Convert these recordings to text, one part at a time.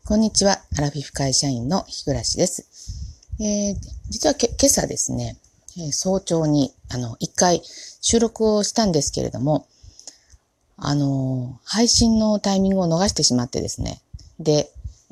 こんにちは。アラフィフ会社員の日暮です。実は今朝ですね、早朝に一回収録をしたんですけれども、配信のタイミングを逃してしまってですね。で、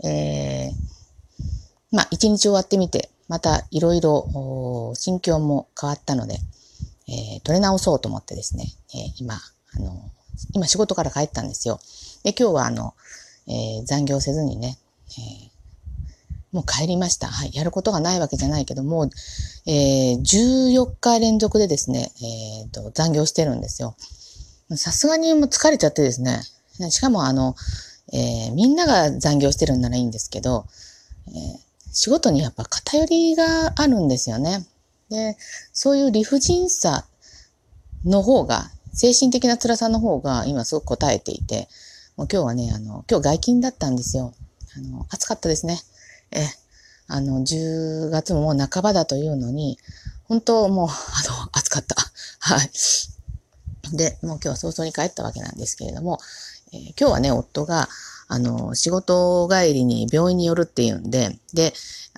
一日終わってみて、またいろいろ心境も変わったので、撮り直そうと思ってですね、今仕事から帰ったんですよ。で、今日は残業せずにね、もう帰りました。はい。やることがないわけじゃないけども、14日連続でですね、残業してるんですよ。さすがにもう疲れちゃってですね。しかもみんなが残業してるんならいいんですけど、仕事にやっぱ偏りがあるんですよね。で、そういう理不尽さの方が、精神的な辛さの方が今すごく答えていて、もう今日はね、今日外勤だったんですよ。暑かったですね。10月ももう半ばだというのに、本当もう、暑かった。はい。で、もう今日は早々に帰ったわけなんですけれども、今日はね、夫が、仕事帰りに病院に寄るっていうんで、で、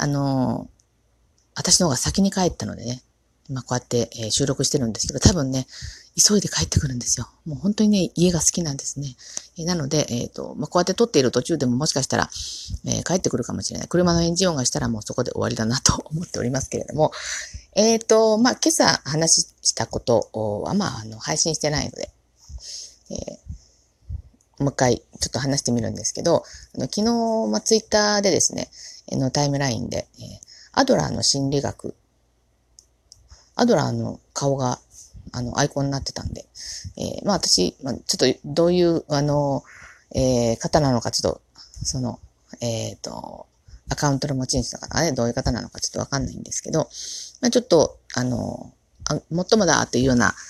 私の方が先に帰ったのでね、こうやって、収録してるんですけど、多分ね、急いで帰ってくるんですよ。もう本当にね、家が好きなんですね。なので、こうやって撮っている途中でももしかしたら、帰ってくるかもしれない。車のエンジン音がしたらもうそこで終わりだなと思っておりますけれども、今朝話したことは、配信してないので、もう一回ちょっと話してみるんですけど、昨日、ツイッターでですね、タイムラインで、アドラーの心理学、アドラーの顔が、アイコンになってたんで、私、ちょっとどういう、方なのか、ちょっと、アカウントの持ち主だからね、どういう方なのかちょっとわかんないんですけど、ちょっと、もっともだっていうような、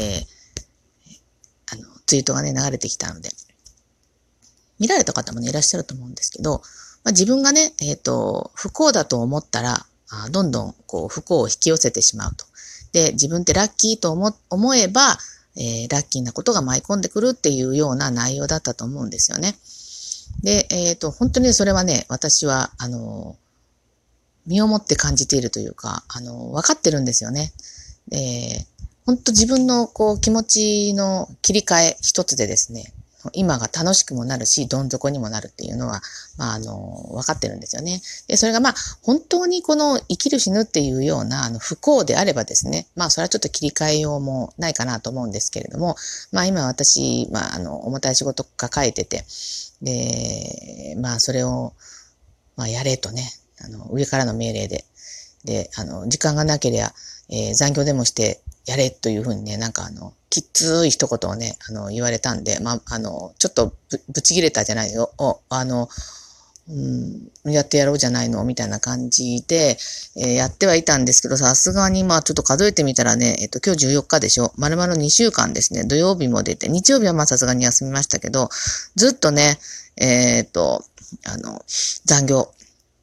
ツイートがね、流れてきたので、見られた方もね、いらっしゃると思うんですけど、自分がね、不幸だと思ったら、どんどん、不幸を引き寄せてしまうと。で、自分ってラッキーと思えば、ラッキーなことが舞い込んでくるっていうような内容だったと思うんですよね。で、本当にそれはね、私は、身をもって感じているというか、分かってるんですよね。本当自分の気持ちの切り替え一つでですね、今が楽しくもなるし、どん底にもなるっていうのは、分かってるんですよね。で、それが本当にこの生きる死ぬっていうような、不幸であればですね、それはちょっと切り替えようもないかなと思うんですけれども、今私、重たい仕事抱えてて、で、それを、やれとね、上からの命令で、で、時間がなければ、残業でもしてやれというふうにね、きつい一言をね、言われたんで、ちょっとぶち切れたじゃないよ。やってやろうじゃないのみたいな感じで、やってはいたんですけど、さすがにちょっと数えてみたらね、今日14日でしょ。丸々2週間ですね。土曜日も出て、日曜日はさすがに休みましたけど、ずっとね、残業、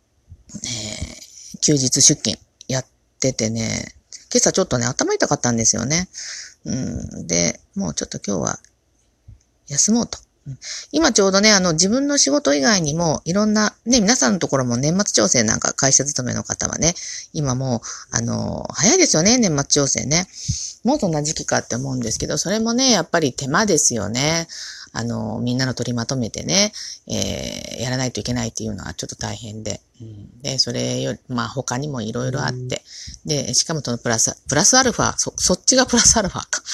休日出勤やっててね、今朝ちょっとね、頭痛かったんですよね。で、もうちょっと今日は休もうと。今ちょうどね、自分の仕事以外にも、いろんな、ね、皆さんのところも年末調整なんか会社勤めの方はね、今もう、早いですよね、年末調整ね。もうそんな時期かって思うんですけど、それもね、やっぱり手間ですよね。みんなの取りまとめてね、やらないといけないっていうのはちょっと大変で。で、それより、他にもいろいろあって。で、しかもそのプラスアルファ、そっちがプラスアルファか。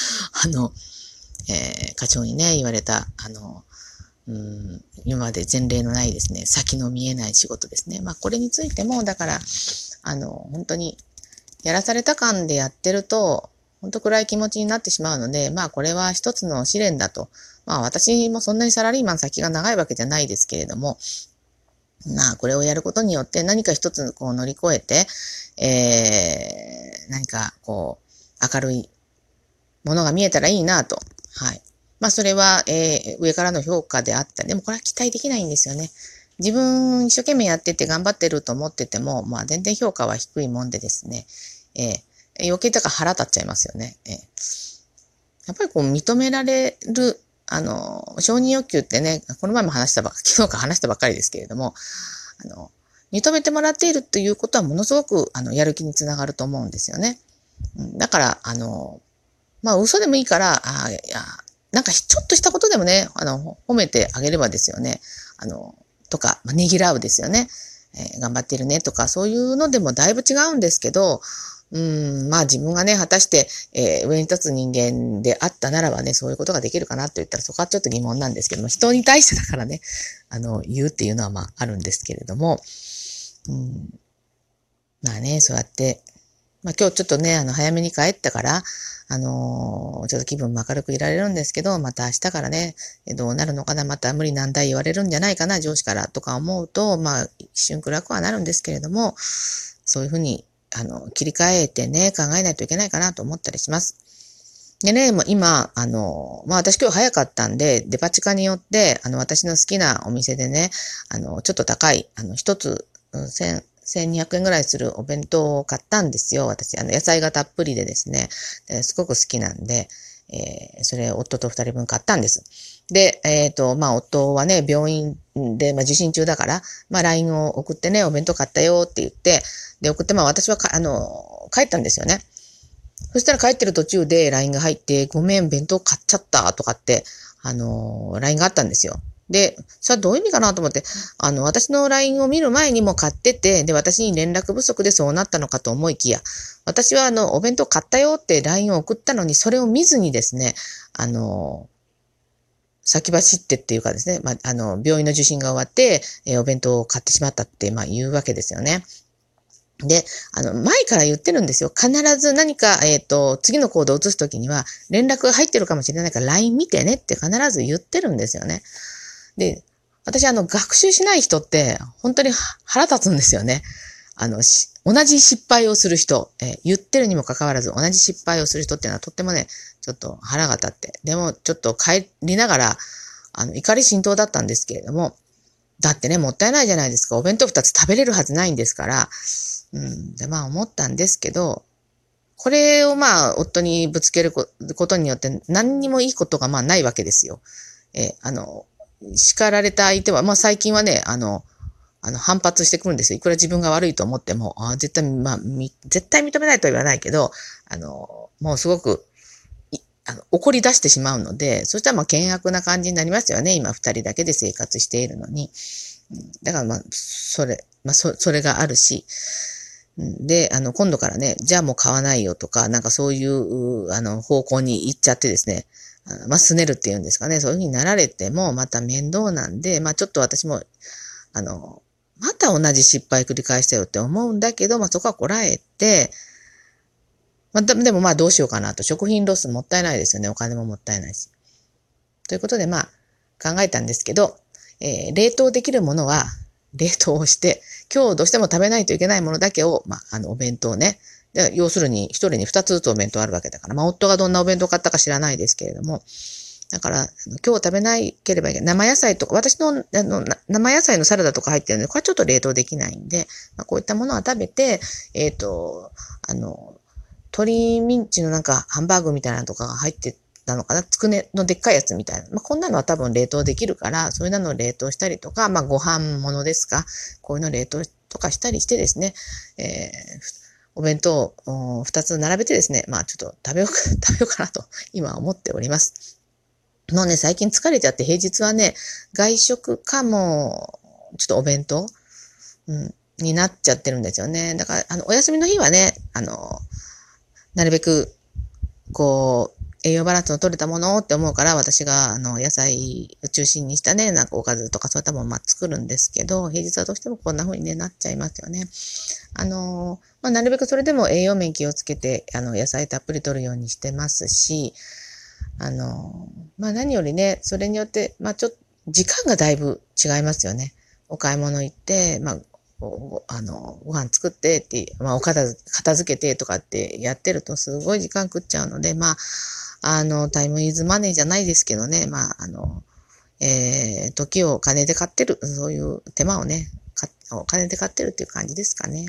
課長にね、言われた、今まで前例のないですね、先の見えない仕事ですね。これについても、だから、本当に、やらされた感でやってると、本当暗い気持ちになってしまうので、これは一つの試練だと。私もそんなにサラリーマン先が長いわけじゃないですけれども、これをやることによって何か一つ乗り越えて、何か明るいものが見えたらいいなと。はい。それは、上からの評価であったり、でもこれは期待できないんですよね。自分一生懸命やってて頑張ってると思ってても、全然評価は低いもんでですね、余計だから腹立っちゃいますよね。やっぱり認められる承認欲求ってね、この前も昨日か話したばっかりですけれども、認めてもらっているということはものすごく、やる気につながると思うんですよね。だから、嘘でもいいから、なんかちょっとしたことでもね、褒めてあげればですよね。とか、ねぎらうですよね。頑張ってるねとか、そういうのでもだいぶ違うんですけど、自分がね、果たして、上に立つ人間であったならばね、そういうことができるかなと言ったら、そこはちょっと疑問なんですけども、人に対してだからね、言うっていうのはあるんですけれども、そうやって、今日ちょっとね、早めに帰ったから、ちょっと気分も明るくいられるんですけど、また明日からね、どうなるのかな、また無理難題言われるんじゃないかな、上司からとか思うと、一瞬暗くはなるんですけれども、そういうふうに、切り替えてね、考えないといけないかなと思ったりします。でね、今、私今日早かったんで、デパ地下によって、私の好きなお店でね、ちょっと高い、一つ、1200円ぐらいするお弁当を買ったんですよ。私、野菜がたっぷりでですね、すごく好きなんで、それ夫と2人分買ったんです。で、夫はね、病院で、受診中だから、LINE を送ってね、お弁当買ったよって言って、で、送って、私は帰ったんですよね。そしたら帰ってる途中で LINE が入って、ごめん、弁当買っちゃったとかって、LINE があったんですよ。で、それはどういう意味かなと思って、私の LINE を見る前にも買ってて、で、私に連絡不足でそうなったのかと思いきや、私はお弁当買ったよって LINE を送ったのに、それを見ずにですね、先走ってっていうかですね、病院の受診が終わって、お弁当を買ってしまったって、言うわけですよね。で、前から言ってるんですよ。必ず何か、次の行動を移すときには、連絡が入ってるかもしれないから LINE 見てねって必ず言ってるんですよね。で、私学習しない人って、本当に腹立つんですよね。同じ失敗をする人、言ってるにもかかわらず同じ失敗をする人っていうのはとってもね、ちょっと腹が立って。でも、ちょっと帰りながら、怒り心頭だったんですけれども、だってね、もったいないじゃないですか。お弁当2つ食べれるはずないんですから、で、思ったんですけど、これを夫にぶつけることによって何にもいいことがないわけですよ。叱られた相手は、最近はね、反発してくるんですよ。いくら自分が悪いと思っても、絶対、絶対認めないとは言わないけど、もうすごく、怒り出してしまうので、そしたら険悪な感じになりますよね。今2人だけで生活しているのに。だからそれがあるし。で、今度からね、じゃあもう買わないよとか、なんかそういう、方向に行っちゃってですね、すねるっていうんですかね、そういう風になられても、また面倒なんで、ちょっと私も、また同じ失敗繰り返したよって思うんだけど、そこはこらえて、でもどうしようかなと。食品ロスもったいないですよね。お金ももったいないし。ということで考えたんですけど、冷凍できるものは冷凍をして、今日どうしても食べないといけないものだけを、お弁当ね。要するに、一人に二つずつお弁当あるわけだから、夫がどんなお弁当を買ったか知らないですけれども、だから、今日食べなければいけない。生野菜とか、私の、生野菜のサラダとか入ってるので、これはちょっと冷凍できないんで、こういったものは食べて、鶏ミンチのなんかハンバーグみたいなのとかが入ってたのかな、つくねのでっかいやつみたいな。こんなのは多分冷凍できるから、そういうのを冷凍したりとか、ご飯ものですか、こういうのを冷凍とかしたりしてですね、お弁当を2つ並べてですね、ちょっと食べようかなと今思っております。もうね、最近疲れちゃって平日はね、外食かも、ちょっとお弁当、になっちゃってるんですよね。だから、お休みの日はね、なるべく、栄養バランスの取れたものって思うから、私が、野菜を中心にしたね、なんかおかずとかそういったものを作るんですけど、平日はどうしてもこんな風にね、なっちゃいますよね。なるべくそれでも栄養面気をつけて、野菜たっぷり取るようにしてますし、何よりね、それによって、ちょっと、時間がだいぶ違いますよね。お買い物行って、ご飯作ってって、片付けてとかってやってるとすごい時間食っちゃうので、タイムイズマネーじゃないですけどね、時をお金で買ってる、そういう手間をね、お金で買ってるっていう感じですかね。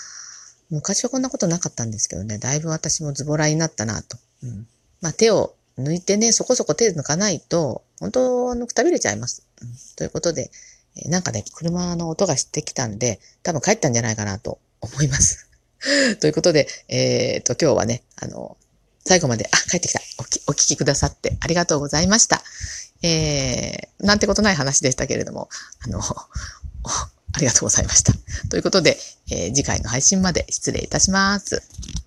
昔はこんなことなかったんですけどね、だいぶ私もズボラになったなと。手を抜いてね、そこそこ手抜かないと、本当くたびれちゃいます。ということで、なんかね、車の音がしてきたんで、多分帰ったんじゃないかなと思います。ということで、今日はね、最後まで、帰ってきた。お聞きくださってありがとうございました。なんてことない話でしたけれども、ありがとうございました。ということで、次回の配信まで失礼いたします。